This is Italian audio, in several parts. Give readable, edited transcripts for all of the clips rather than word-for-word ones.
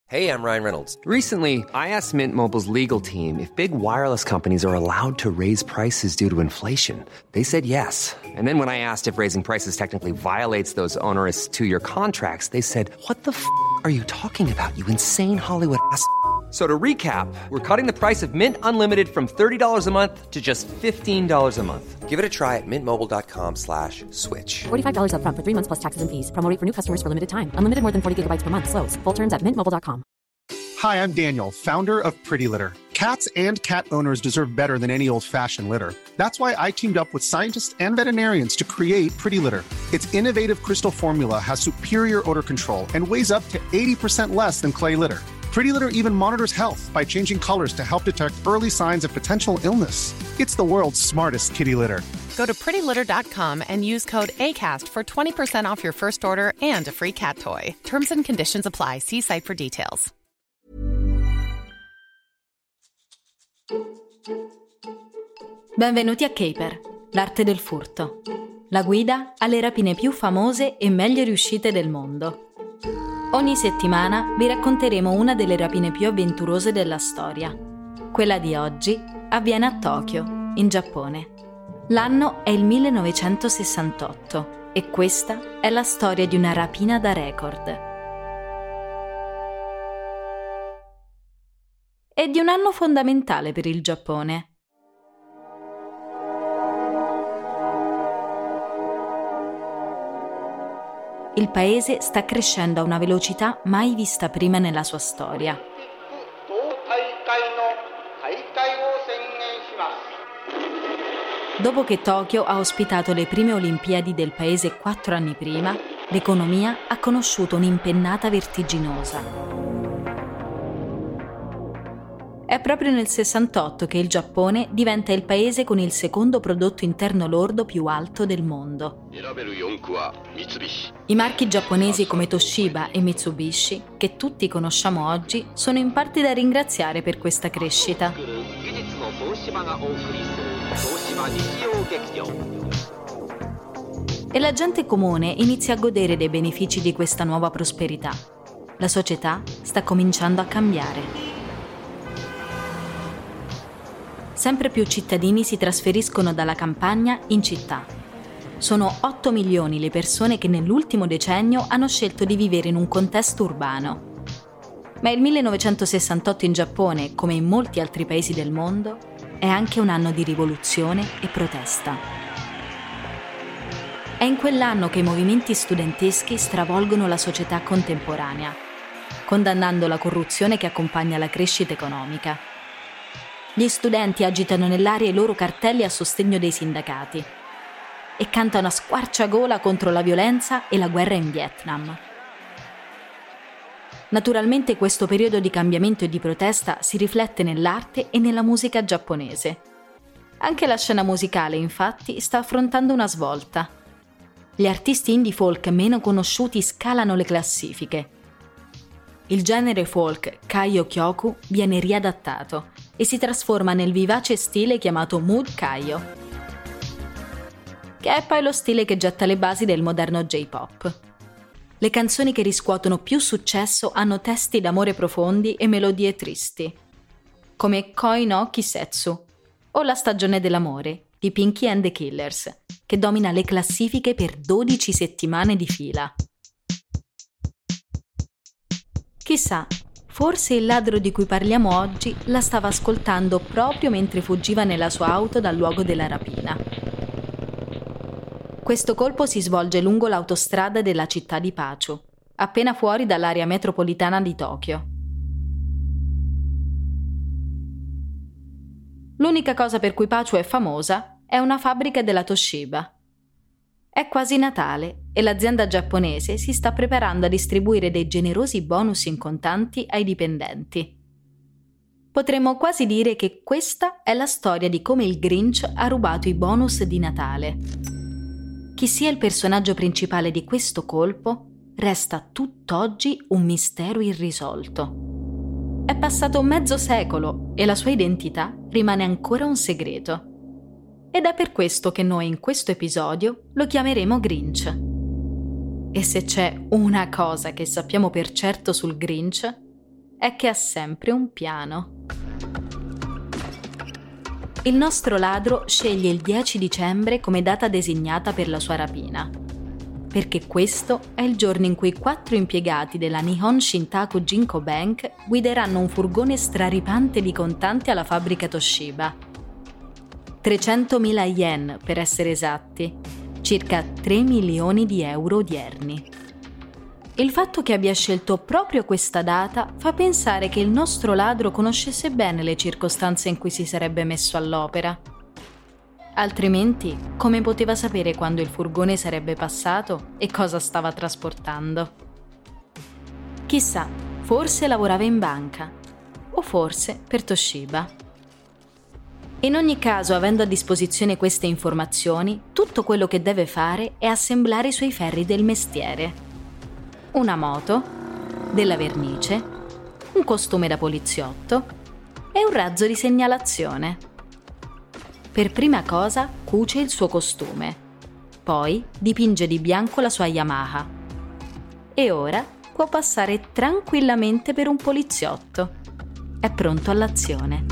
Hey, I'm Ryan Reynolds. Recently, I asked Mint Mobile's legal team if big wireless companies are allowed to raise prices due to inflation. They said yes. And then when I asked if raising prices technically violates those onerous two-year contracts, they said, "What the f*** are you talking about, you insane Hollywood ass?" So to recap, we're cutting the price of Mint Unlimited from $30 a month to just $15 a month. Give it a try at mintmobile.com/switch. $45 up front for 3 months plus taxes and fees. Promo rate for new customers for limited time. Unlimited more than 40 gigabytes per month. Slows full terms at mintmobile.com. Hi, I'm Daniel, founder of Pretty Litter. Cats and cat owners deserve better than any old-fashioned litter. That's why I teamed up with scientists and veterinarians to create Pretty Litter. Its innovative crystal formula has superior odor control and weighs up to 80% less than clay litter. Pretty Litter even monitors health by changing colors to help detect early signs of potential illness. It's the world's smartest kitty litter. Go to prettylitter.com and use code ACAST for 20% off your first order and a free cat toy. Terms and conditions apply. See site for details. Benvenuti a Caper, l'arte del furto. La guida alle rapine più famose e meglio riuscite del mondo. Ogni settimana vi racconteremo una delle rapine più avventurose della storia. Quella di oggi avviene a Tokyo, in Giappone. L'anno è il 1968 e questa è la storia di una rapina da record. E di un anno fondamentale per il Giappone. Il paese sta crescendo a una velocità mai vista prima nella sua storia. Dopo che Tokyo ha ospitato le prime Olimpiadi del paese 4 anni prima, l'economia ha conosciuto un'impennata vertiginosa. È proprio nel 68 che il Giappone diventa il paese con il secondo prodotto interno lordo più alto del mondo. I marchi giapponesi come Toshiba e Mitsubishi, che tutti conosciamo oggi, sono in parte da ringraziare per questa crescita. E la gente comune inizia a godere dei benefici di questa nuova prosperità. La società sta cominciando a cambiare. Sempre più cittadini si trasferiscono dalla campagna in città. Sono 8 milioni le persone che nell'ultimo decennio hanno scelto di vivere in un contesto urbano. Ma il 1968 in Giappone, come in molti altri paesi del mondo, è anche un anno di rivoluzione e protesta. È in quell'anno che i movimenti studenteschi stravolgono la società contemporanea, condannando la corruzione che accompagna la crescita economica. Gli studenti agitano nell'aria i loro cartelli a sostegno dei sindacati e cantano a squarciagola contro la violenza e la guerra in Vietnam. Naturalmente questo periodo di cambiamento e di protesta si riflette nell'arte e nella musica giapponese. Anche la scena musicale, infatti, sta affrontando una svolta. Gli artisti indie folk meno conosciuti scalano le classifiche. Il genere folk Kaio Kyoku viene riadattato e si trasforma nel vivace stile chiamato Mood Kaio, che è poi lo stile che getta le basi del moderno J-pop. Le canzoni che riscuotono più successo hanno testi d'amore profondi e melodie tristi, come Koi no Kisetsu o La stagione dell'amore di Pinky and the Killers, che domina le classifiche per 12 settimane di fila. Chissà, forse il ladro di cui parliamo oggi la stava ascoltando proprio mentre fuggiva nella sua auto dal luogo della rapina. Questo colpo si svolge lungo l'autostrada della città di Pachu, appena fuori dall'area metropolitana di Tokyo. L'unica cosa per cui Pachu è famosa è una fabbrica della Toshiba. È quasi Natale e l'azienda giapponese si sta preparando a distribuire dei generosi bonus in contanti ai dipendenti. Potremmo quasi dire che questa è la storia di come il Grinch ha rubato i bonus di Natale. Chi sia il personaggio principale di questo colpo resta tutt'oggi un mistero irrisolto. È passato mezzo secolo e la sua identità rimane ancora un segreto. Ed è per questo che noi in questo episodio lo chiameremo Grinch. E se c'è una cosa che sappiamo per certo sul Grinch, è che ha sempre un piano. Il nostro ladro sceglie il 10 dicembre come data designata per la sua rapina, perché questo è il giorno in cui 4 impiegati della Nihon Shintaku Jinko Bank guideranno un furgone straripante di contanti alla fabbrica Toshiba. 300.000 yen per essere esatti, circa 3 milioni di euro odierni. Il fatto che abbia scelto proprio questa data fa pensare che il nostro ladro conoscesse bene le circostanze in cui si sarebbe messo all'opera. Altrimenti, come poteva sapere quando il furgone sarebbe passato e cosa stava trasportando? Chissà, forse lavorava in banca, o forse per Toshiba. In ogni caso, avendo a disposizione queste informazioni, tutto quello che deve fare è assemblare i suoi ferri del mestiere. Una moto, della vernice, un costume da poliziotto e un razzo di segnalazione. Per prima cosa cuce il suo costume, poi dipinge di bianco la sua Yamaha e ora può passare tranquillamente per un poliziotto. È pronto all'azione.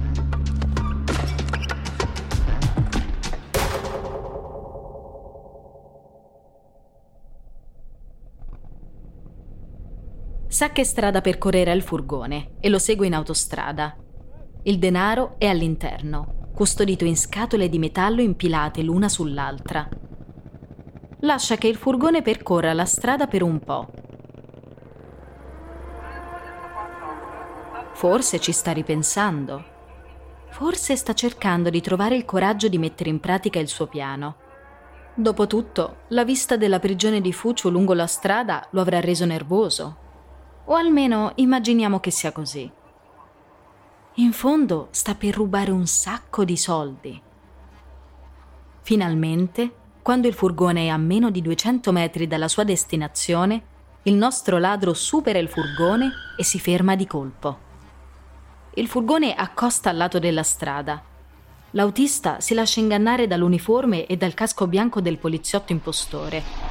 Sa che strada percorrerà il furgone e lo segue in autostrada. Il denaro è all'interno, custodito in scatole di metallo impilate l'una sull'altra. Lascia che il furgone percorra la strada per un po'. Forse ci sta ripensando. Forse sta cercando di trovare il coraggio di mettere in pratica il suo piano. Dopotutto, la vista della prigione di Fuchu lungo la strada lo avrà reso nervoso. O almeno immaginiamo che sia così. In fondo sta per rubare un sacco di soldi. Finalmente, quando il furgone è a meno di 200 metri dalla sua destinazione, il nostro ladro supera il furgone e si ferma di colpo. Il furgone accosta al lato della strada. L'autista si lascia ingannare dall'uniforme e dal casco bianco del poliziotto impostore,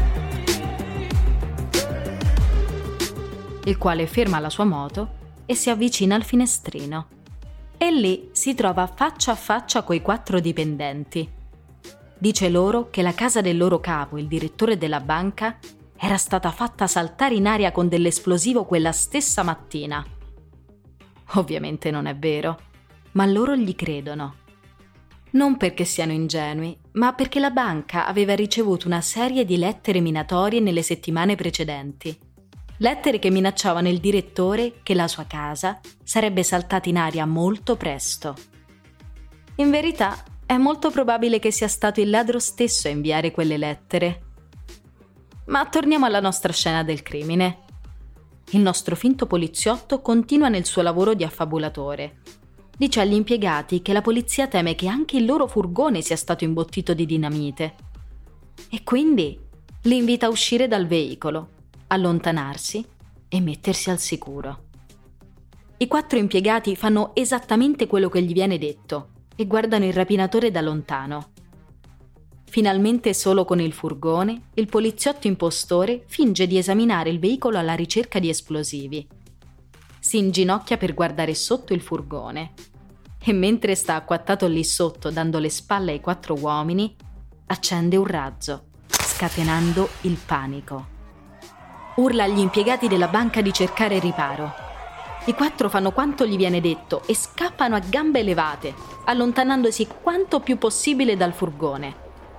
il quale ferma la sua moto e si avvicina al finestrino. E lì si trova faccia a faccia coi 4 dipendenti. Dice loro che la casa del loro capo, il direttore della banca, era stata fatta saltare in aria con dell'esplosivo quella stessa mattina. Ovviamente non è vero, ma loro gli credono. Non perché siano ingenui, ma perché la banca aveva ricevuto una serie di lettere minatorie nelle settimane precedenti. Lettere che minacciavano il direttore che la sua casa sarebbe saltata in aria molto presto. In verità, è molto probabile che sia stato il ladro stesso a inviare quelle lettere. Ma torniamo alla nostra scena del crimine. Il nostro finto poliziotto continua nel suo lavoro di affabulatore. Dice agli impiegati che la polizia teme che anche il loro furgone sia stato imbottito di dinamite. E quindi li invita a uscire dal veicolo, allontanarsi e mettersi al sicuro. I 4 impiegati fanno esattamente quello che gli viene detto e guardano il rapinatore da lontano. Finalmente solo con il furgone, il poliziotto impostore finge di esaminare il veicolo alla ricerca di esplosivi. Si inginocchia per guardare sotto il furgone e mentre sta acquattato lì sotto dando le spalle ai 4 uomini, accende un razzo, scatenando il panico. Urla agli impiegati della banca di cercare riparo. I 4 fanno quanto gli viene detto e scappano a gambe levate, allontanandosi quanto più possibile dal furgone.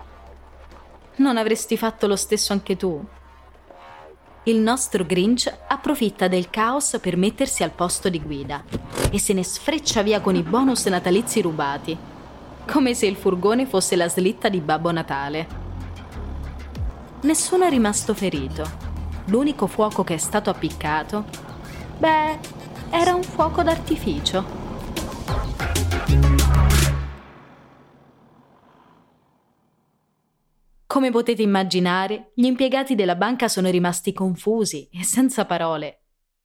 Non avresti fatto lo stesso anche tu? Il nostro Grinch approfitta del caos per mettersi al posto di guida e se ne sfreccia via con i bonus natalizi rubati, come se il furgone fosse la slitta di Babbo Natale. Nessuno è rimasto ferito. L'unico fuoco che è stato appiccato, era un fuoco d'artificio. Come potete immaginare, gli impiegati della banca sono rimasti confusi e senza parole.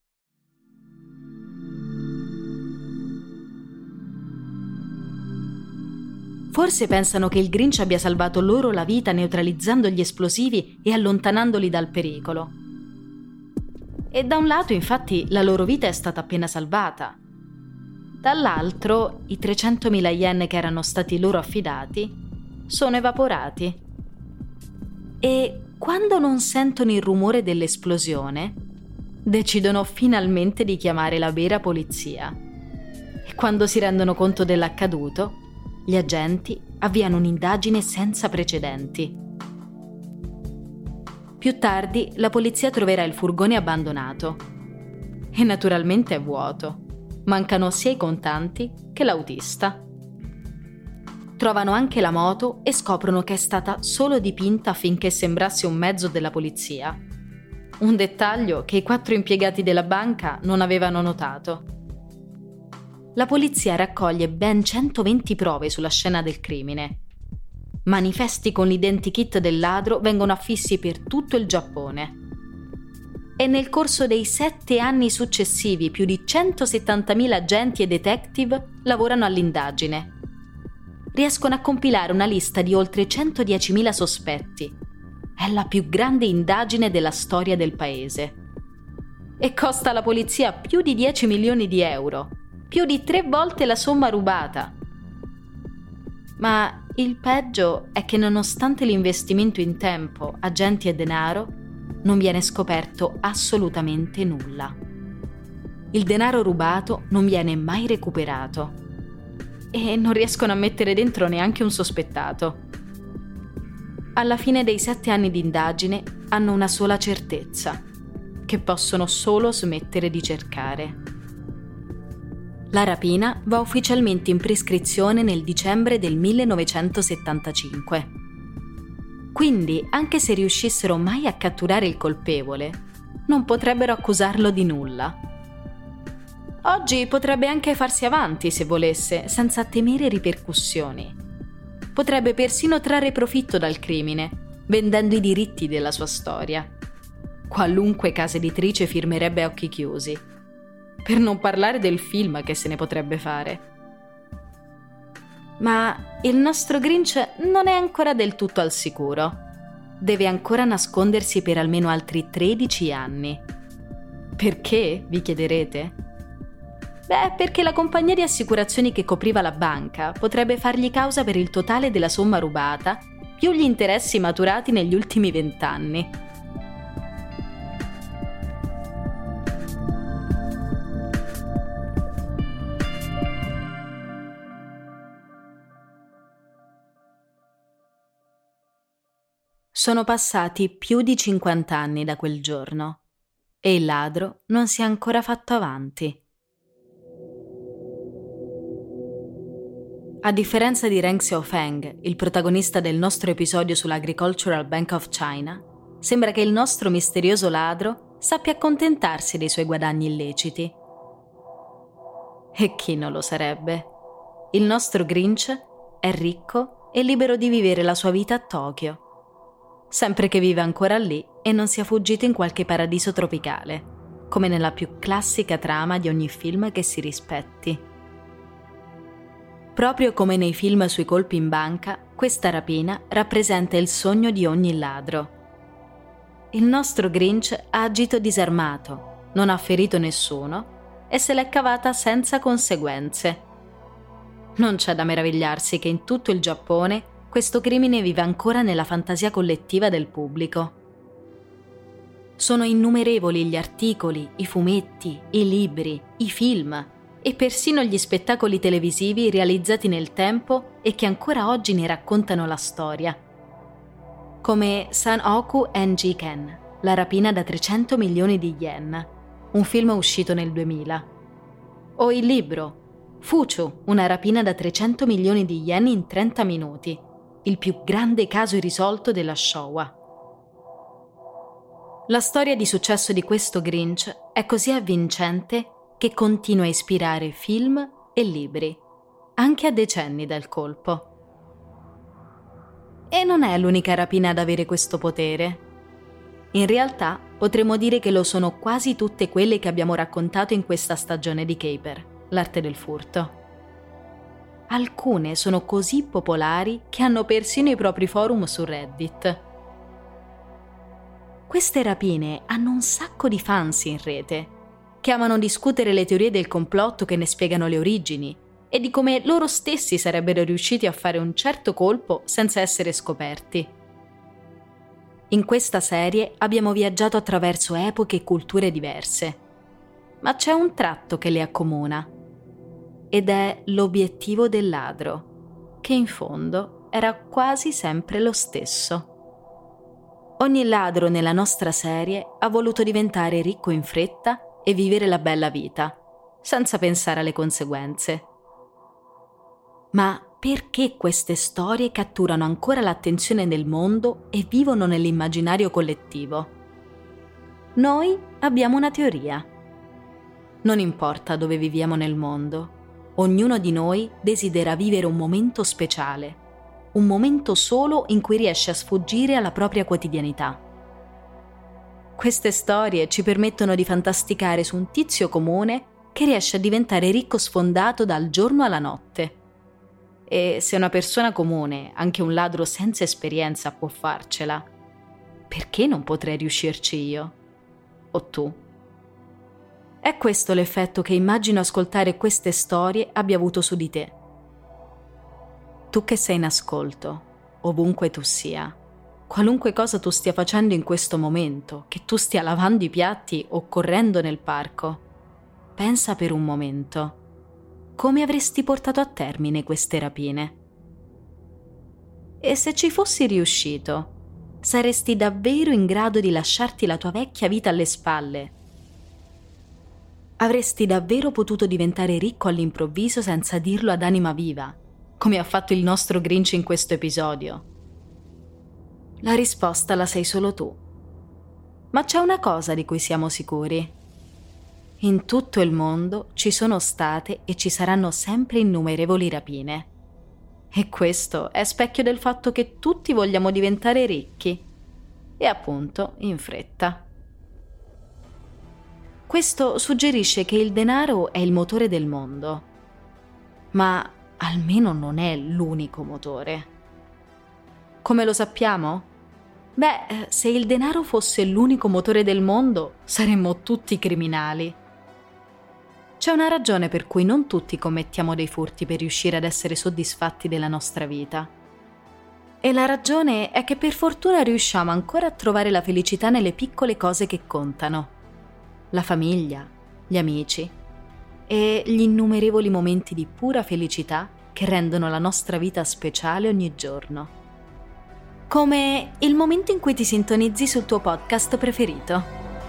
Forse pensano che il Grinch abbia salvato loro la vita neutralizzando gli esplosivi e allontanandoli dal pericolo. E da un lato, infatti, la loro vita è stata appena salvata. Dall'altro, i 300.000 yen che erano stati loro affidati sono evaporati. E quando non sentono il rumore dell'esplosione, decidono finalmente di chiamare la vera polizia. E quando si rendono conto dell'accaduto, gli agenti avviano un'indagine senza precedenti. Più tardi la polizia troverà il furgone abbandonato. E naturalmente è vuoto. Mancano sia i contanti che l'autista. Trovano anche la moto e scoprono che è stata solo dipinta affinché sembrasse un mezzo della polizia. Un dettaglio che i 4 impiegati della banca non avevano notato. La polizia raccoglie ben 120 prove sulla scena del crimine. Manifesti con l'identikit del ladro vengono affissi per tutto il Giappone. E nel corso dei 7 anni successivi più di 170.000 agenti e detective lavorano all'indagine. Riescono a compilare una lista di oltre 110.000 sospetti. È la più grande indagine della storia del paese. E costa alla polizia più di 10 milioni di euro, più di 3 volte la somma rubata. Ma il peggio è che nonostante l'investimento in tempo, agenti e denaro, non viene scoperto assolutamente nulla. Il denaro rubato non viene mai recuperato e non riescono a mettere dentro neanche un sospettato. Alla fine dei 7 anni di indagine hanno una sola certezza, che possono solo smettere di cercare. La rapina va ufficialmente in prescrizione nel dicembre del 1975. Quindi, anche se riuscissero mai a catturare il colpevole, non potrebbero accusarlo di nulla. Oggi potrebbe anche farsi avanti se volesse, senza temere ripercussioni. Potrebbe persino trarre profitto dal crimine, vendendo i diritti della sua storia. Qualunque casa editrice firmerebbe a occhi chiusi. Per non parlare del film che se ne potrebbe fare. Ma il nostro Grinch non è ancora del tutto al sicuro. Deve ancora nascondersi per almeno altri 13 anni. Perché, vi chiederete? Beh, perché la compagnia di assicurazioni che copriva la banca potrebbe fargli causa per il totale della somma rubata, più gli interessi maturati negli ultimi 20 anni. Sono passati più di 50 anni da quel giorno e il ladro non si è ancora fatto avanti. A differenza di Reng Xiaofeng, il protagonista del nostro episodio sull'Agricultural Bank of China, sembra che il nostro misterioso ladro sappia accontentarsi dei suoi guadagni illeciti. E chi non lo sarebbe? Il nostro Grinch è ricco e libero di vivere la sua vita a Tokyo, sempre che viva ancora lì e non sia fuggito in qualche paradiso tropicale, come nella più classica trama di ogni film che si rispetti. Proprio come nei film sui colpi in banca, questa rapina rappresenta il sogno di ogni ladro. Il nostro Grinch ha agito disarmato, non ha ferito nessuno e se l'è cavata senza conseguenze. Non c'è da meravigliarsi che in tutto il Giappone questo crimine vive ancora nella fantasia collettiva del pubblico. Sono innumerevoli gli articoli, i fumetti, i libri, i film e persino gli spettacoli televisivi realizzati nel tempo e che ancora oggi ne raccontano la storia. Come San-Oku Enji-ken, la rapina da 300 milioni di yen, un film uscito nel 2000. O il libro Fuchu, una rapina da 300 milioni di yen in 30 minuti, il più grande caso irrisolto della Showa. La storia di successo di questo Grinch è così avvincente che continua a ispirare film e libri, anche a decenni dal colpo. E non è l'unica rapina ad avere questo potere. In realtà potremmo dire che lo sono quasi tutte quelle che abbiamo raccontato in questa stagione di Caper, l'arte del furto. Alcune sono così popolari che hanno persino i propri forum su Reddit. queste rapine hanno un sacco di fans in rete, che amano discutere le teorie del complotto che ne spiegano le origini e di come loro stessi sarebbero riusciti a fare un certo colpo senza essere scoperti. In questa serie abbiamo viaggiato attraverso epoche e culture diverse, ma c'è un tratto che le accomuna, ed è l'obiettivo del ladro, che in fondo era quasi sempre lo stesso. Ogni ladro nella nostra serie ha voluto diventare ricco in fretta e vivere la bella vita, senza pensare alle conseguenze. Ma perché queste storie catturano ancora l'attenzione del mondo e vivono nell'immaginario collettivo? Noi abbiamo una teoria. Non importa dove viviamo nel mondo, ognuno di noi desidera vivere un momento speciale, un momento solo in cui riesce a sfuggire alla propria quotidianità. Queste storie ci permettono di fantasticare su un tizio comune che riesce a diventare ricco sfondato dal giorno alla notte. E se una persona comune, anche un ladro senza esperienza, può farcela, perché non potrei riuscirci io? O tu? È questo l'effetto che immagino ascoltare queste storie abbia avuto su di te. Tu che sei in ascolto, ovunque tu sia, qualunque cosa tu stia facendo in questo momento, che tu stia lavando i piatti o correndo nel parco, pensa per un momento, come avresti portato a termine queste rapine? E se ci fossi riuscito, saresti davvero in grado di lasciarti la tua vecchia vita alle spalle? Avresti davvero potuto diventare ricco all'improvviso senza dirlo ad anima viva, come ha fatto il nostro Grinch in questo episodio? La risposta la sai solo tu. Ma c'è una cosa di cui siamo sicuri. In tutto il mondo ci sono state e ci saranno sempre innumerevoli rapine. E questo è specchio del fatto che tutti vogliamo diventare ricchi. E appunto in fretta. Questo suggerisce che il denaro è il motore del mondo. Ma almeno non è l'unico motore. Come lo sappiamo? Beh, se il denaro fosse l'unico motore del mondo, saremmo tutti criminali. C'è una ragione per cui non tutti commettiamo dei furti per riuscire ad essere soddisfatti della nostra vita. E la ragione è che per fortuna riusciamo ancora a trovare la felicità nelle piccole cose che contano. La famiglia, gli amici e gli innumerevoli momenti di pura felicità che rendono la nostra vita speciale ogni giorno. Come il momento in cui ti sintonizzi sul tuo podcast preferito.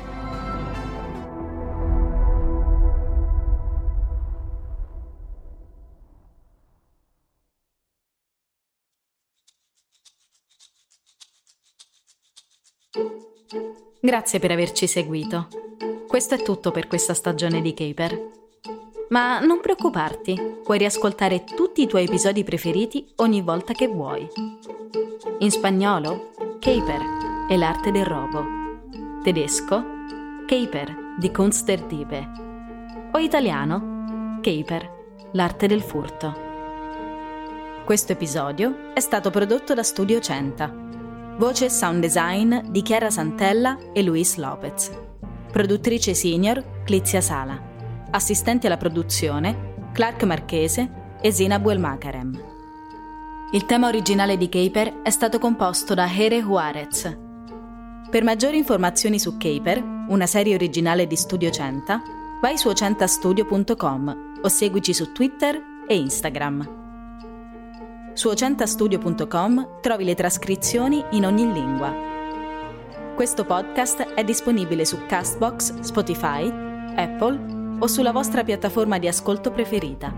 Grazie per averci seguito. Questo è tutto per questa stagione di Caper. Ma non preoccuparti, puoi riascoltare tutti i tuoi episodi preferiti ogni volta che vuoi. In spagnolo, Caper è l'arte del robo. Tedesco, Caper, die Kunst der Diebe. O italiano, Caper, l'arte del furto. Questo episodio è stato prodotto da Studio 100. Voce e sound design di Chiara Santella e Luis Lopez. Produttrice senior Clizia Sala. Assistenti alla produzione Clark Marchese e Zina Buelmakarem. Il tema originale di Caper è stato composto da Jere Juarez. Per maggiori informazioni su Caper, una serie originale di Studio 100, vai su ocentastudio.com o seguici su Twitter e Instagram. Su ocentastudio.com trovi le trascrizioni in ogni lingua. Questo podcast è disponibile su Castbox, Spotify, Apple o sulla vostra piattaforma di ascolto preferita.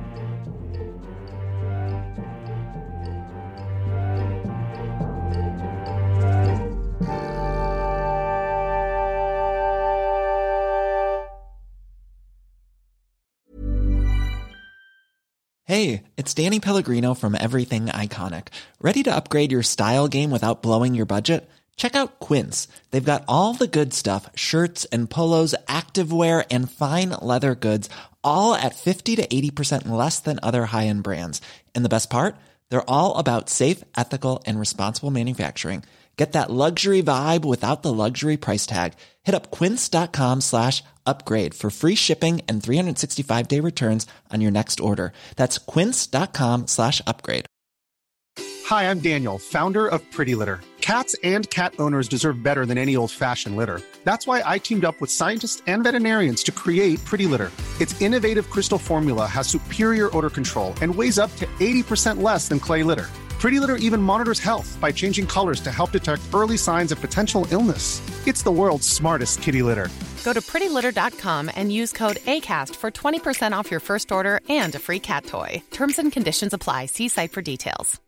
Hey, it's Danny Pellegrino from Everything Iconic. Ready to upgrade your style game without blowing your budget? Check out Quince. They've got all the good stuff, shirts and polos, activewear, and fine leather goods, all at 50 to 80% less than other high-end brands. And the best part? They're all about safe, ethical, and responsible manufacturing. Get that luxury vibe without the luxury price tag. Hit up quince.com/upgrade for free shipping and 365-day returns on your next order. That's quince.com/upgrade. Hi, I'm Daniel, founder of Pretty Litter. Cats and cat owners deserve better than any old-fashioned litter. That's why I teamed up with scientists and veterinarians to create Pretty Litter. Its innovative crystal formula has superior odor control and weighs up to 80% less than clay litter. Pretty Litter even monitors health by changing colors to help detect early signs of potential illness. It's the world's smartest kitty litter. Go to prettylitter.com and use code ACAST for 20% off your first order and a free cat toy. Terms and conditions apply. See site for details.